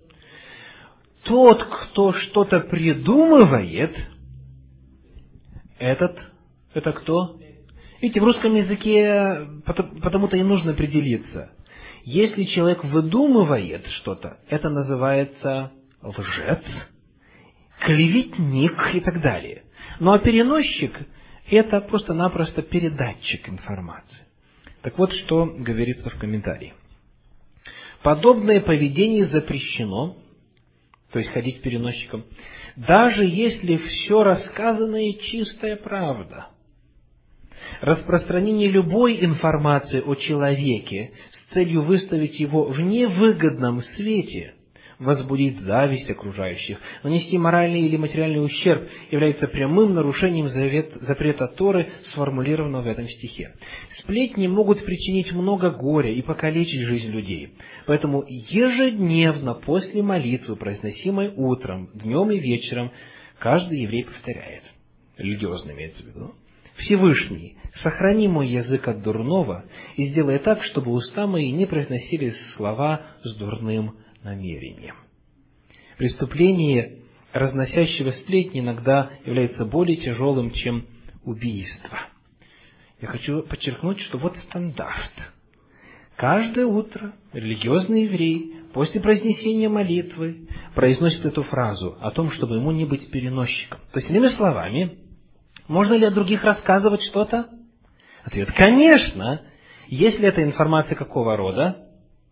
Тот, кто что-то придумывает, этот, это кто? Видите, в русском языке потому-то и нужно определиться. Если человек выдумывает что-то, это называется лжец, клеветник и так далее. Ну а переносчик – это просто-напросто передатчик информации. Так вот, что говорится в комментарии. Подобное поведение запрещено, то есть ходить переносчиком, даже если все рассказанное чистая правда. Распространение любой информации о человеке с целью выставить его в невыгодном свете, возбудить зависть окружающих, нанести моральный или материальный ущерб является прямым нарушением завет, запрета Торы, сформулированного в этом стихе. Сплетни могут причинить много горя и покалечить жизнь людей. Поэтому ежедневно после молитвы, произносимой утром, днем и вечером, каждый еврей повторяет. Религиозно имеется в виду. Всевышний, сохрани мой язык от дурного и сделай так, чтобы уста мои не произносили слова с дурным намерением. Преступление, разносящего сплетни, иногда является более тяжелым, чем убийство. Я хочу подчеркнуть, что вот стандарт. Каждое утро религиозный еврей после произнесения молитвы произносит эту фразу о том, чтобы ему не быть переносчиком. То есть, иными словами, можно ли о других рассказывать что-то? Ответ – конечно, если это информация какого рода?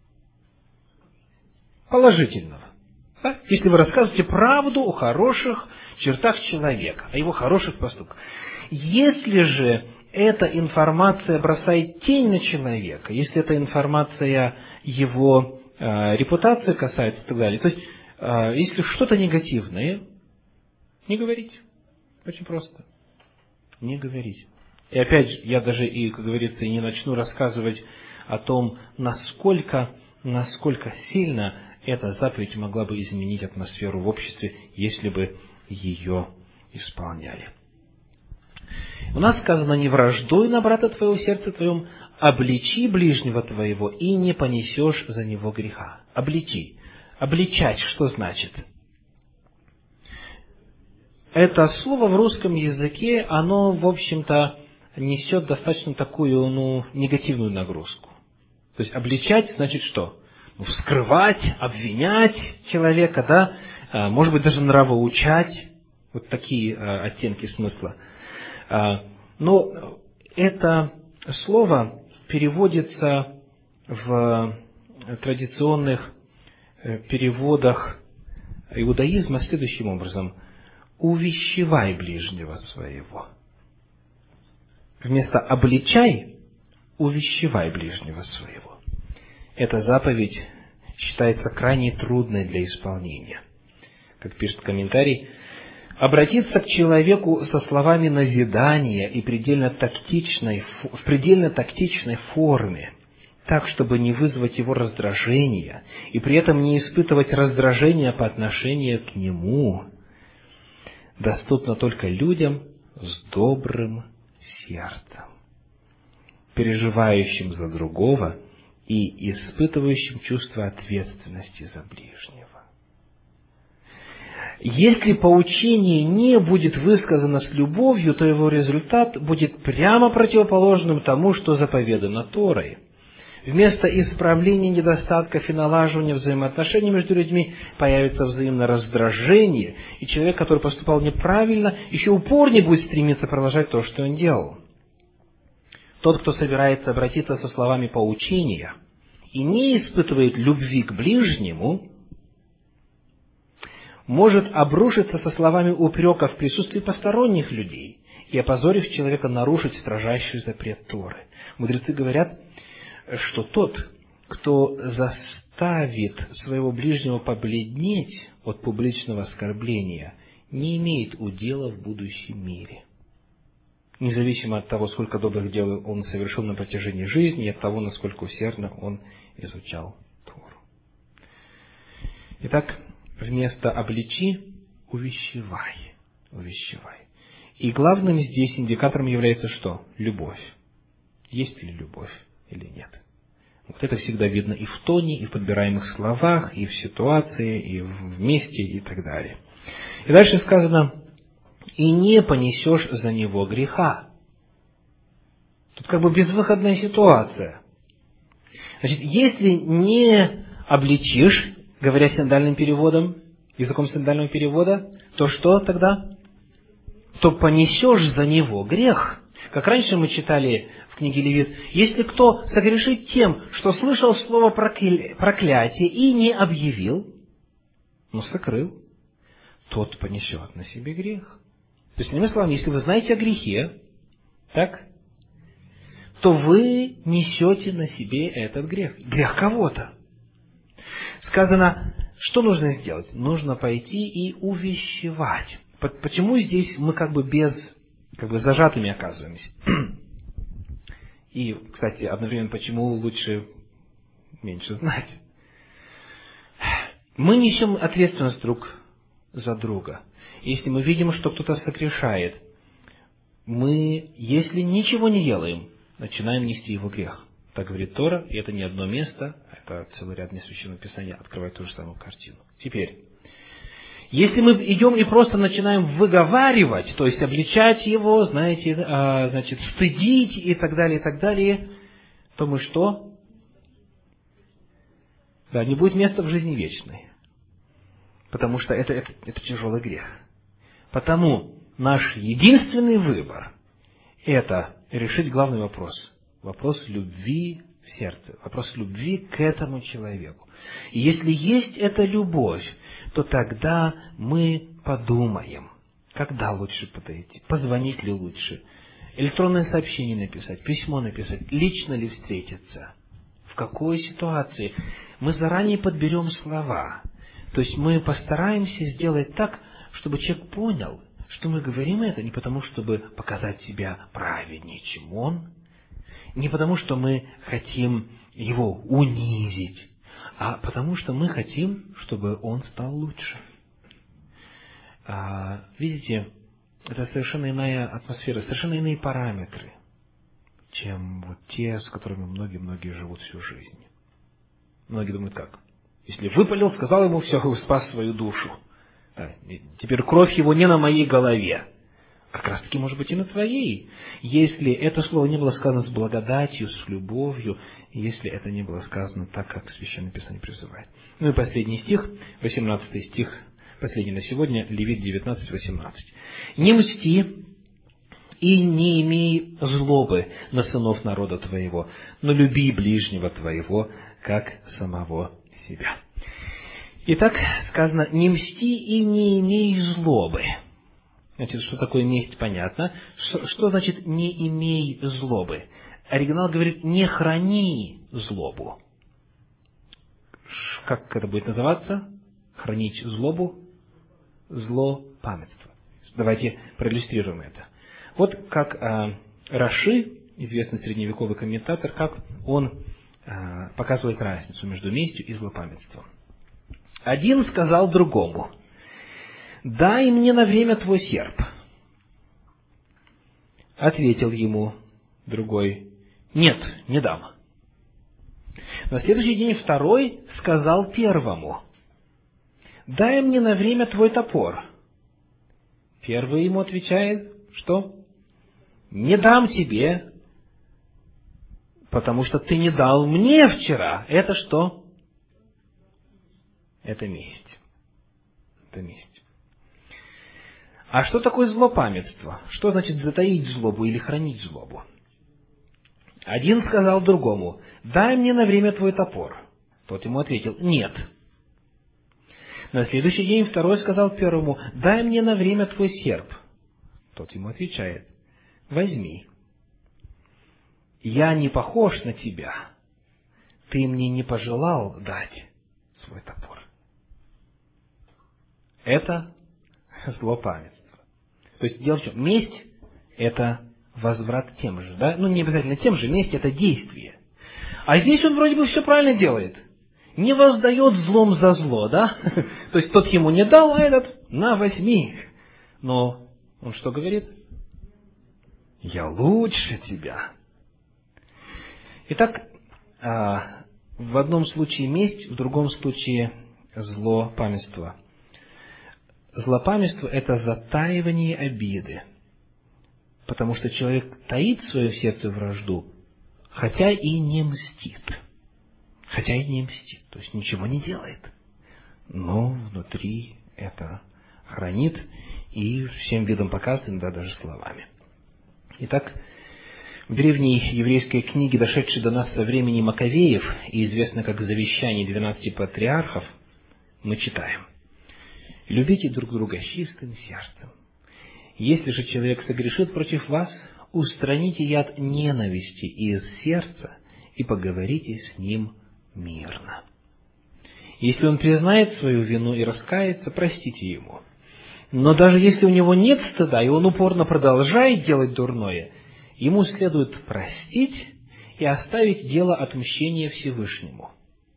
Положительного. Да? Если вы рассказываете правду о хороших чертах человека, о его хороших поступках. Если же эта информация бросает тень на человека, если эта информация его э, репутации касается и так далее, то есть, э, если что-то негативное, Не говорить. Очень просто. Не говорить. И опять же, я даже и, как говорится, и не начну рассказывать о том, насколько, насколько сильно эта заповедь могла бы изменить атмосферу в обществе, если бы ее исполняли. У нас сказано: не враждуй на брата твоего в сердце твоем, обличи ближнего твоего, и не понесешь за него греха. Обличи. Обличать что значит? Это слово в русском языке, оно, в общем-то, несет достаточно такую, ну, негативную нагрузку. То есть, обличать значит что? Ну, вскрывать, обвинять человека, да? Может быть, даже нравоучать. Вот такие а, оттенки смысла. А, но это слово переводится в традиционных переводах иудаизма следующим образом: увещевай ближнего своего. Вместо обличай, увещевай ближнего своего. Эта заповедь считается крайне трудной для исполнения. Как пишет комментарий, обратиться к человеку со словами назидания и предельно тактичной, в предельно тактичной форме, так, чтобы не вызвать его раздражения, и при этом не испытывать раздражения по отношению к нему, доступно только людям с добрым сердцем, переживающим за другого и испытывающим чувство ответственности за ближнего. Если поучение не будет высказано с любовью, то его результат будет прямо противоположным тому, что заповедано Торой. Вместо исправления недостатков и налаживания взаимоотношений между людьми появится взаимное раздражение, и человек, который поступал неправильно, еще упорнее будет стремиться продолжать то, что он делал. Тот, кто собирается обратиться со словами поучения и не испытывает любви к ближнему, может обрушиться со словами упрека в присутствии посторонних людей и, опозорив человека, нарушить строжайший запрет Торы. Мудрецы говорят, что тот, кто заставит своего ближнего побледнеть от публичного оскорбления, не имеет удела в будущем мире. Независимо от того, сколько добрых дел он совершил на протяжении жизни, и от того, насколько усердно он изучал Тору. Итак, вместо обличи – увещевай. Увещевай. И главным здесь индикатором является что? Любовь. Есть ли любовь или нет? Вот это всегда видно и в тоне, и в подбираемых словах, и в ситуации, и в месте, и так далее. И дальше сказано: и не понесешь за него греха. Тут как бы безвыходная ситуация. Значит, если не обличишь, говоря синодальным переводом, языком синодального перевода, то что тогда? То понесешь за него грех. Как раньше мы читали в книге Левит: если кто согрешит тем, что слышал слово прокля... проклятие и не объявил, но сокрыл, тот понесет на себе грех. То есть, иными словами, если вы знаете о грехе, так, то вы несете на себе этот грех. Грех кого-то. Сказано, что нужно сделать? Нужно пойти и увещевать. Почему здесь мы как бы без, как бы зажатыми оказываемся? И, кстати, одновременно, почему лучше меньше знать? Мы несем ответственность друг за друга. Если мы видим, что кто-то согрешает, мы, если ничего не делаем, начинаем нести его грех. Так говорит Тора, и это не одно место, это целый ряд Священного Писания открывает ту же самую картину. Теперь, если мы идем и просто начинаем выговаривать, то есть обличать его, знаете, значит, стыдить и так далее, и так далее, то мы что? Да, не будет места в жизни вечной. Потому что это, это, это тяжелый грех. Потому наш единственный выбор – это решить главный вопрос. Вопрос любви в сердце. Вопрос любви к этому человеку. И если есть эта любовь, то тогда мы подумаем, когда лучше подойти, позвонить ли лучше, электронное сообщение написать, письмо написать, лично ли встретиться, в какой ситуации. Мы заранее подберем слова. То есть мы постараемся сделать так, чтобы человек понял, что мы говорим это не потому, чтобы показать себя праведнее, чем он, не потому, что мы хотим его унизить, а потому, что мы хотим, чтобы он стал лучше. А, видите, это совершенно иная атмосфера, совершенно иные параметры, чем вот те, с которыми многие-многие живут всю жизнь. Многие думают, как? Если выпалил, сказал ему, все, спас свою душу. Да, теперь кровь его не на моей голове. Как раз таки, может быть, и на твоей. Если это слово не было сказано с благодатью, с любовью, если это не было сказано так, как Священное Писание призывает. Ну и последний стих, восемнадцатый стих, последний на сегодня, Левит девятнадцать, восемнадцать. «Не мсти и не имей злобы на сынов народа твоего, но люби ближнего твоего, как самого себя». Итак, сказано, не мсти и не имей злобы. Значит, что такое месть, понятно. Что, что значит не имей злобы? Оригинал говорит, не храни злобу. Как это будет называться? Хранить злобу? Злопамятство. Давайте проиллюстрируем это. Вот как э, Раши, известный средневековый комментатор, как он э, показывает разницу между местью и злопамятством. Один сказал другому: «Дай мне на время твой серп». Ответил ему другой: «Нет, не дам». На следующий день второй сказал первому: «Дай мне на время твой топор». Первый ему отвечает, что? «Не дам тебе, потому что ты не дал мне вчера». Это что? Это месть. Это месть. А что такое злопамятство? Что значит затаить злобу или хранить злобу? Один сказал другому: «Дай мне на время твой топор». Тот ему ответил: «Нет». На следующий день второй сказал первому: «Дай мне на время твой серп». Тот ему отвечает: «Возьми. Я не похож на тебя. Ты мне не пожелал дать свой топор». Это злопамятство. То есть, дело в чем? Месть – это возврат тем же, да? Ну, не обязательно тем же, месть – это действие. А здесь он вроде бы все правильно делает. Не воздает злом за зло, да? То есть, тот ему не дал, а этот на, возьми. Но он что говорит? Я лучше тебя. Итак, в одном случае месть, в другом случае злопамятство. Злопамятство – это затаивание обиды, потому что человек таит в своем сердце вражду, хотя и не мстит. Хотя и не мстит, то есть ничего не делает, но внутри это хранит и всем видом показывает, иногда даже словами. Итак, в древней еврейской книге, дошедшей до нас со времени Маковеев и известной как «Завещание двенадцати патриархов», мы читаем: «Любите друг друга чистым сердцем. Если же человек согрешит против вас, устраните яд ненависти из сердца и поговорите с ним мирно. Если он признает свою вину и раскается, простите ему. Но даже если у него нет стыда, и он упорно продолжает делать дурное, ему следует простить и оставить дело отмщения Всевышнему.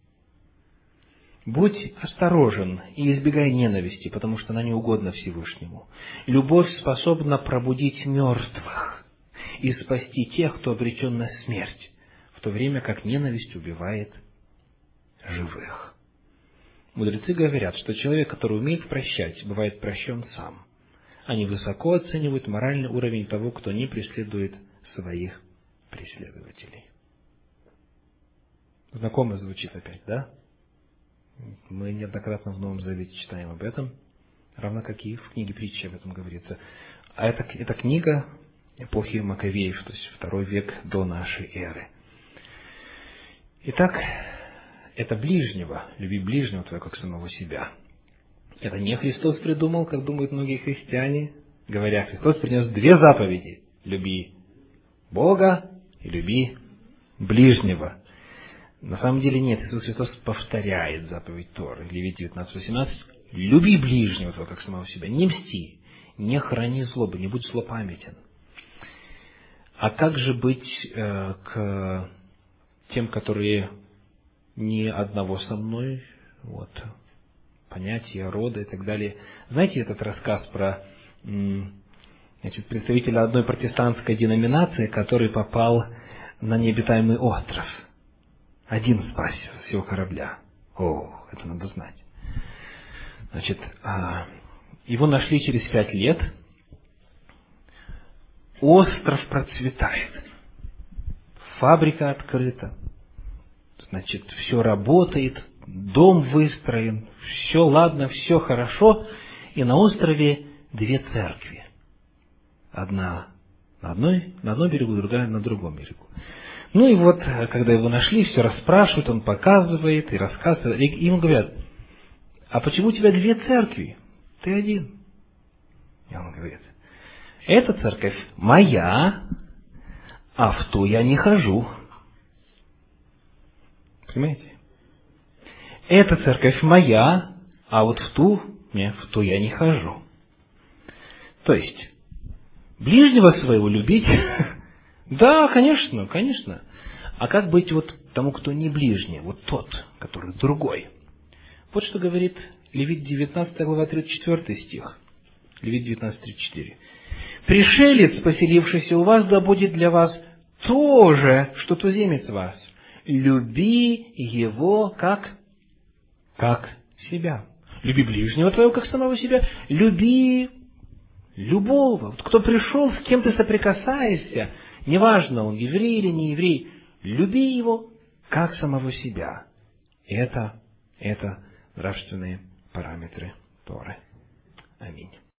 Будь осторожен и избегай ненависти, потому что она неугодна Всевышнему. Любовь способна пробудить мертвых и спасти тех, кто обречен на смерть, в то время как ненависть убивает живых». Мудрецы говорят, что человек, который умеет прощать, бывает прощен сам. Они высоко оценивают моральный уровень того, кто не преследует своих преследователей. Знакомо звучит опять, да? Мы неоднократно в Новом Завете читаем об этом, равно как и в книге Притчи об этом говорится. А это, это книга эпохи Маковеев, то есть второй век до нашей эры. Итак, это ближнего, люби ближнего твоего, как самого себя. Это не Христос придумал, как думают многие христиане. Говоря, Христос принес две заповеди: люби Бога и люби ближнего. На самом деле нет, Иисус Христос повторяет заповедь Торы. Левит девятнадцать восемнадцать: люби ближнего твоего, как самого себя, не мсти, не храни злобы, не будь злопамятен. А как же быть э, к тем, которые не одного со мной, вот, понятия, рода и так далее? Знаете этот рассказ про м, значит, представителя одной протестантской деноминации, который попал на необитаемый остров? Один спасся со всего корабля. О, это надо знать. Значит, а, его нашли через пять лет. Остров процветает. Фабрика открыта. Значит, все работает, дом выстроен, все ладно, все хорошо. И на острове две церкви. Одна на одной, на одном берегу, другая на другом берегу. Ну и вот, когда его нашли, все расспрашивают, он показывает и рассказывает. И ему говорят: а почему у тебя две церкви? Ты один. И он говорит: эта церковь моя, а в ту я не хожу. Понимаете? Эта церковь моя, а вот в ту, не, в ту я не хожу. То есть, ближнего своего любить, да, конечно, конечно. А как быть вот тому, кто не ближний, вот тот, который другой? Вот что говорит Левит девятнадцатая глава, тридцать четвёртый стих. Левит девятнадцать, тридцать четыре. «Пришелец, поселившийся у вас, да будет для вас то же, что туземец вас. Люби его как? Как себя. Люби ближнего твоего, как самого себя. Люби любого. Вот кто пришел, с кем ты соприкасаешься, неважно, он еврей или не еврей, люби его, как самого себя». Это, это нравственные параметры Торы. Аминь.